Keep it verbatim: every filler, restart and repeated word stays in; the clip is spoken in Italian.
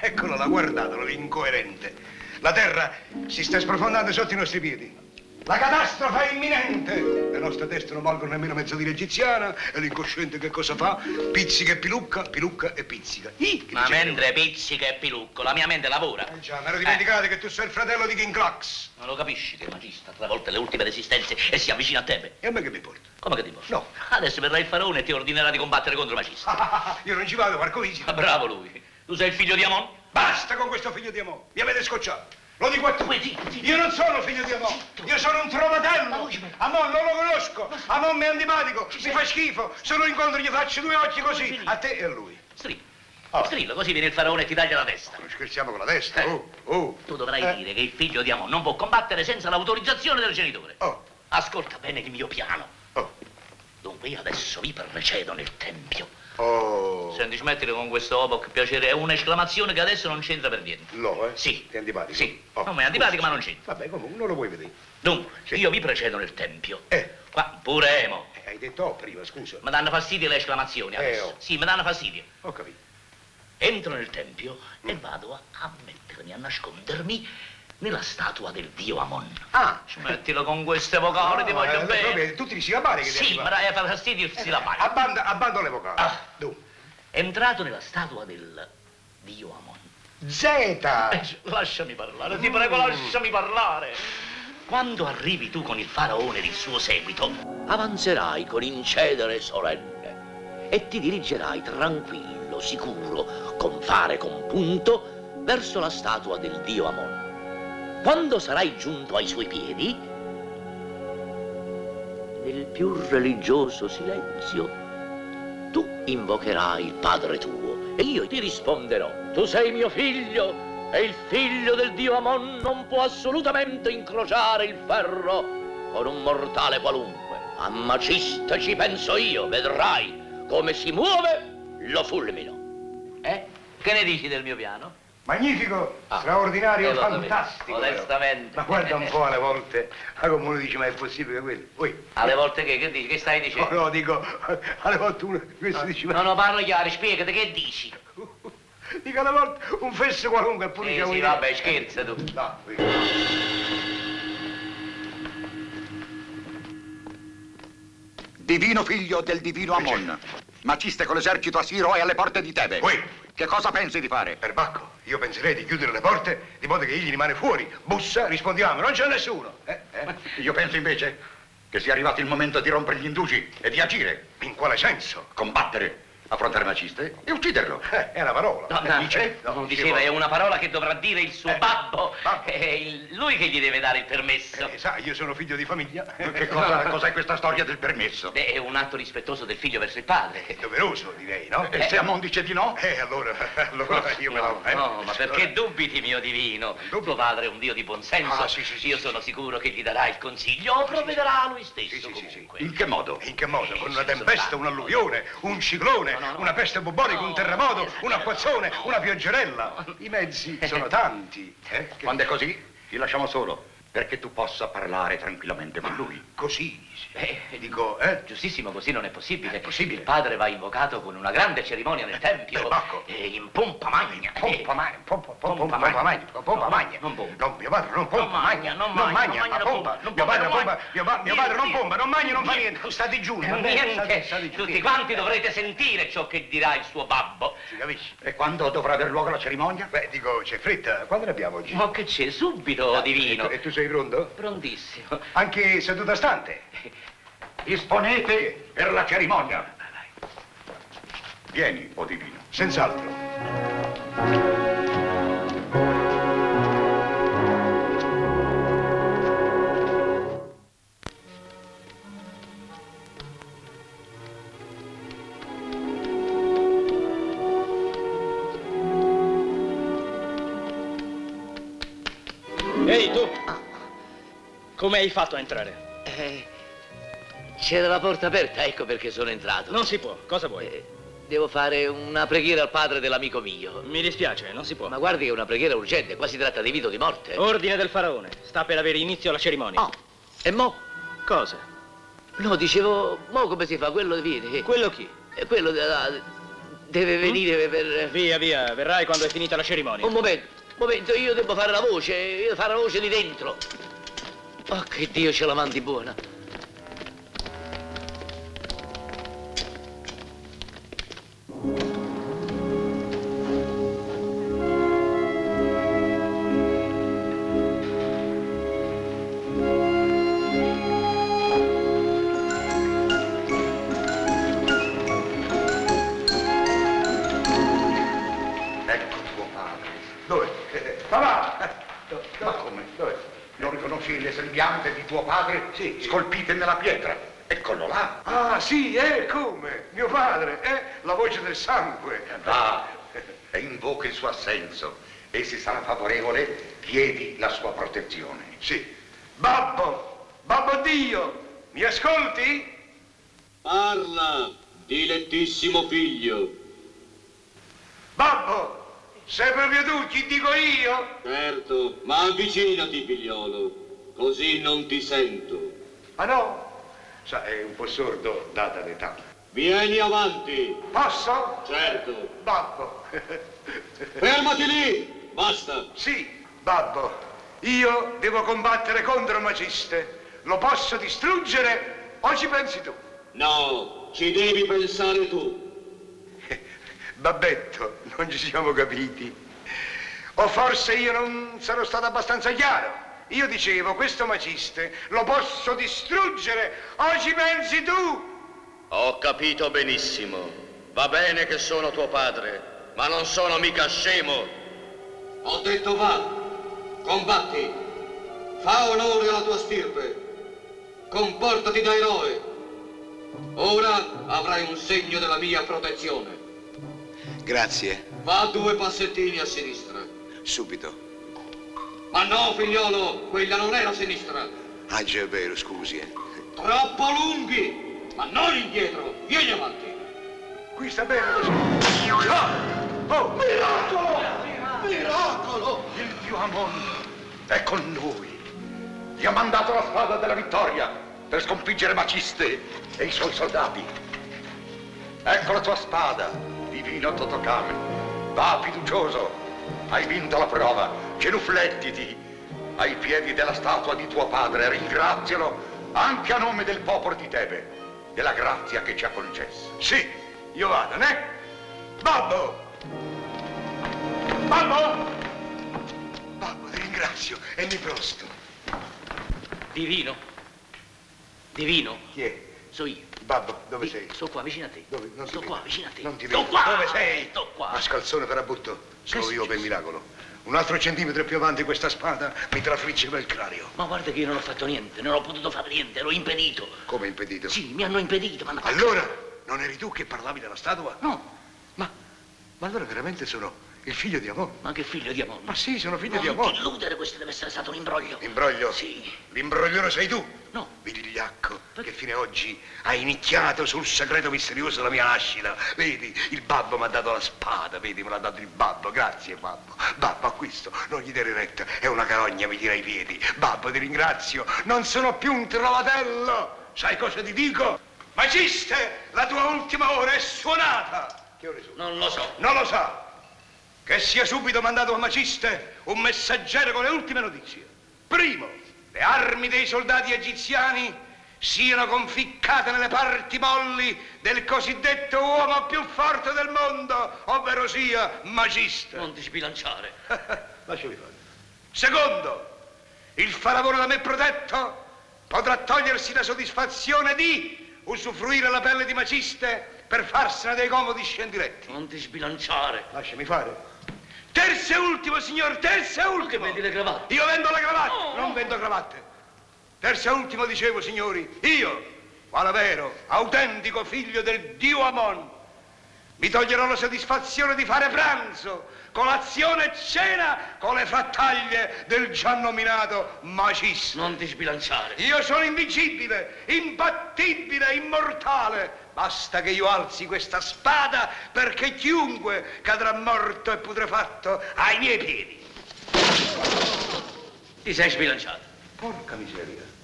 Eccolo là, guardatelo, l'incoerente. La terra si sta sprofondando sotto i nostri piedi. La catastrofe è imminente. Le nostre teste non valgono nemmeno mezza lira egiziana e l'incosciente che cosa fa? Pizzica e pilucca, pilucca e pizzica. Ih, ma mentre pizzica e pilucco, la mia mente lavora. Eh già, mi ero dimenticato eh. che tu sei il fratello di King Clax. Non lo capisci che Magista travolta le ultime resistenze e si avvicina a te? E a me che mi porta? Come che ti porta? No. Adesso verrà il faraone e ti ordinerà di combattere contro Magista. Ah, ah, ah, io non ci vado, Marco Visi. Ah, bravo lui. Tu sei il figlio di Amon? Basta con questo figlio di Amon. Mi avete scocciato. Lo dico a tutti. Io non sono figlio di Amon. Io sono un trovatello. Amon non lo conosco. Amon mi è antipatico. Mi fa schifo. Se lo incontro gli faccio due occhi così. A te e a lui. Strillo. Oh. Strillo, così viene il faraone e ti taglia la testa. Non scherziamo con la testa. Eh. Oh, oh. Tu dovrai eh. dire che il figlio di Amon non può combattere senza l'autorizzazione del genitore. Oh. Ascolta bene il mio piano. Oh. Dunque io adesso vi precedo nel tempio. Oh. Senti, smettile con questo oboc, piacere. È un'esclamazione che adesso non c'entra per niente. No, eh? Sì. Ti è antipatico? Sì. Oh. Non mi è antipatico, ma non c'entra. Vabbè, comunque non lo vuoi vedere. Dunque, sì. Io vi precedo nel tempio. Eh. Qua, pure Emo. Eh, hai detto oh prima, scusa. Mi danno fastidio le esclamazioni adesso. Eh, oh. Sì, mi danno fastidio. Ho capito. Entro nel tempio mm. e vado a, a mettermi, a nascondermi nella statua del dio Amon. Ah! Smettilo con queste vocali, no, ti voglio eh, bene. Proprio, tutti i silabari che sì, ti ma dai, fa fastidio il eh, silabare. Abbando, abbando le vocali. Ah. Tu. Entrato nella statua del dio Amon. Zeta! Eh, lasciami parlare, ti prego, lasciami parlare. Quando arrivi tu con il faraone ed il suo seguito, avanzerai con incedere solenne e ti dirigerai tranquillo, sicuro, con fare compunto, verso la statua del dio Amon. Quando sarai giunto ai suoi piedi, nel più religioso silenzio, tu invocherai il padre tuo e io ti risponderò: tu sei mio figlio e il figlio del dio Amon non può assolutamente incrociare il ferro con un mortale qualunque. A Magista ci penso io, vedrai come si muove, lo fulmino. Eh? Che ne dici del mio piano? Magnifico, ah, straordinario, fantastico. Modestamente. Ma guarda un po' alle volte, ma come uno dice, ma è possibile quello? Ui. Alle volte che? Che dici? Che stai dicendo? No, no, dico, alle volte uno questo no, dice, ma... No, no, parlo chiaro, spiegati, che dici? Dico alle volte un fesso qualunque, pure sì, diciamo... Sì, vabbè, scherza tu. No, Divino figlio del divino Amon, Magista con l'esercito assiro è alle porte di Tebe. Ui. Che cosa pensi di fare? Perbacco, io penserei di chiudere le porte di modo che egli rimane fuori. Bussa, rispondiamo, non c'è nessuno. Eh, eh? Io penso invece che sia arrivato il momento di rompere gli indugi e di agire. In quale senso? Combattere, affrontare Magista e ucciderlo. Eh, è una parola. No, no, dice? No, non diceva, dicevo... è una parola che dovrà dire il suo eh, babbo. babbo. È il, lui che gli deve dare il permesso. Eh, sai, io sono figlio di famiglia. Che cosa, cos'è questa storia del permesso? Beh, è un atto rispetto del figlio verso il padre. È doveroso, direi, no? E se Amon dice di no? Eh, allora, allora io me No, lo... Eh? no, ma perché dubiti, mio divino? Dubito. Tuo padre è un dio di buonsenso. Ah, sì, sì, sì, io sì, sono sì. sicuro che gli darà il consiglio o provvederà lui stesso, Sì, sì, sì, comunque. In che modo? In che modo? Con una Sì, tempesta, soltanto. un'alluvione, un ciclone, No, no, no. una peste bubbonica, No, un terremoto, esagerato. un acquazzone, No. una pioggerella. I mezzi sono tanti. Eh? Che... Quando è così, ti lasciamo solo, perché tu possa parlare tranquillamente con lui. Così, Eh, dico, eh? Giustissimo, così non è possibile. È possibile. Il padre va invocato con una grande cerimonia nel tempio. Perbacco. E in pompa magna. Pompa Eh, magna, pompa, pompa, Pompa pompa magna. magna, pompa No, magna. non pompa. No, mio padre non pompa, Non magna, non non magna, magna, non ma magna, pompa. non Mio pompa, padre non pompa, magna. mio pa- mio padre non Niente. pompa, non magna, non fa Niente. niente. State giù, va bene? Niente, State- state giù. tutti quanti dovrete sentire ciò che dirà il suo babbo. Si capisce? E quando dovrà aver luogo la cerimonia? Beh, dico, c'è fretta. Quando ne abbiamo oggi? Ma che c'è? Subito, divino. E tu, e tu sei pronto? Prontissimo. Anche seduta stante? Disponete per la cerimonia. Vieni, o divino. Senz'altro. Ehi, tu! Come hai fatto a entrare? Eh, c'era la porta aperta, ecco perché sono entrato. Non si può, cosa vuoi? Eh, devo fare una preghiera al padre dell'amico mio. Mi dispiace, non si può. Ma guardi che è una preghiera urgente, qua si tratta di vita o di morte. Ordine del faraone, sta per avere inizio la cerimonia. Oh, e mo? Cosa? No, dicevo, mo come si fa? Quello di... Quello chi? Eh, quello della... deve venire per... Via, via, verrai quando è finita la cerimonia. Un momento, un momento, io devo fare la voce, io devo fare la voce di dentro. Oh, che Dio ce la mandi buona. Ecco tuo padre. Dove? Eh, Papà! Do- Ma do- come? Dove? Non riconosci le sembianze di tuo padre? Sì. Scolpite nella pietra. Eccolo là. Ah, sì, eh, come? Mio padre, eh? La voce del sangue. Va e invoca il suo assenso. E se sarà favorevole, chiedi la sua protezione. Sì. Babbo! Babbo Dio! Mi ascolti? Parla, dilettissimo figlio. Babbo! Sei proprio tu, chi dico io? Certo, ma avvicinati, figliolo, così non ti sento. Ah no? Sa, è un po' sordo, data l'età. Vieni avanti. Posso? Certo. Babbo. Fermati lì. Basta. Sì, babbo. Io devo combattere contro il Magiste. Lo posso distruggere o ci pensi tu? No, ci devi pensare tu. Babbetto, non ci siamo capiti. O forse io non sarò stato abbastanza chiaro. Io dicevo, questo Magiste lo posso distruggere o ci pensi tu? Ho capito benissimo. Va bene che sono tuo padre, ma non sono mica scemo. Ho detto va. Combatti. Fa onore alla tua stirpe. Comportati da eroe. Ora avrai un segno della mia protezione. Grazie. Va due passettini a sinistra. Subito. Ma no, figliolo, quella non è la sinistra. Ah, già è vero, scusi. eh. Troppo lunghi, ma non indietro. Vieni avanti. Qui sta bene così. Oh! Oh! Miracolo! Miracolo! Il dio Amon è con noi. Gli ha mandato la spada della vittoria per sconfiggere Maciste e i suoi soldati. Ecco la tua spada, divino Totokame. Va fiducioso. Hai vinto la prova. Genuflettiti ai piedi della statua di tuo padre. Ringrazialo anche a nome del popolo di Tebe, della grazia che ci ha concesso. Sì, io vado, né? Babbo! Babbo! Babbo, ti ringrazio e mi prosto. Divino. Divino. Chi è? So io. Babbo, dove Di- sei? Sto qua vicino a te. Dove? Non ti Sto vedo. qua vicino a te. Non ti Sto vedo. qua. Dove sei? Sto qua. Mascalzone farabutto, sono Che è io per successo? miracolo. Un altro centimetro più avanti questa spada mi trafriggeva il cranio. Ma guarda che io non ho fatto niente, non ho potuto fare niente, l'ho impedito. Come impedito? Sì, mi hanno impedito, mi hanno fatto- Allora, non eri tu che parlavi della statua? No, Ma, ma allora veramente sono il figlio di Amon? ma che figlio di Amon. Ma sì, sono figlio non di ti Amon. illudere, questo deve essere stato un imbroglio. Imbroglio? Sì. L'imbroglione sei tu? No. Vigliacco, che fine oggi hai nicchiato sul segreto misterioso della mia nascita. Vedi, il babbo mi ha dato la spada, vedi, me l'ha dato il babbo. Grazie, babbo. Babbo, acquisto, non gli dare retta, è una carogna, mi tira i piedi. Babbo, ti ringrazio, non sono più un trovatello. Sai cosa ti dico? Magiste, la tua ultima ora è suonata. Che ore sono? Non lo so. Non lo sa. Che sia subito mandato a Maciste un messaggero con le ultime notizie. Primo, le armi dei soldati egiziani siano conficcate nelle parti molli del cosiddetto uomo più forte del mondo, ovvero sia Maciste. Non ti sbilanciare. Lasciami fare. Secondo, il faravolo da me protetto potrà togliersi la soddisfazione di usufruire la pelle di Maciste per farsene dei comodi scendiletti. Non ti sbilanciare. Lasciami fare. Terzo e ultimo, signor, terzo e Che ultimo. vedi le cravatte? Io vendo le cravatte, No. non vendo cravatte. Terzo e ultimo, dicevo, signori, io, quale vero, autentico figlio del dio Amon, mi toglierò la soddisfazione di fare pranzo, colazione e cena con le frattaglie del già nominato Maciste. Non ti sbilanciare. Io sono invincibile, imbattibile, immortale. Basta che io alzi questa spada perché chiunque cadrà morto e putrefatto ai miei piedi. Ti sei sbilanciato. Porca miseria.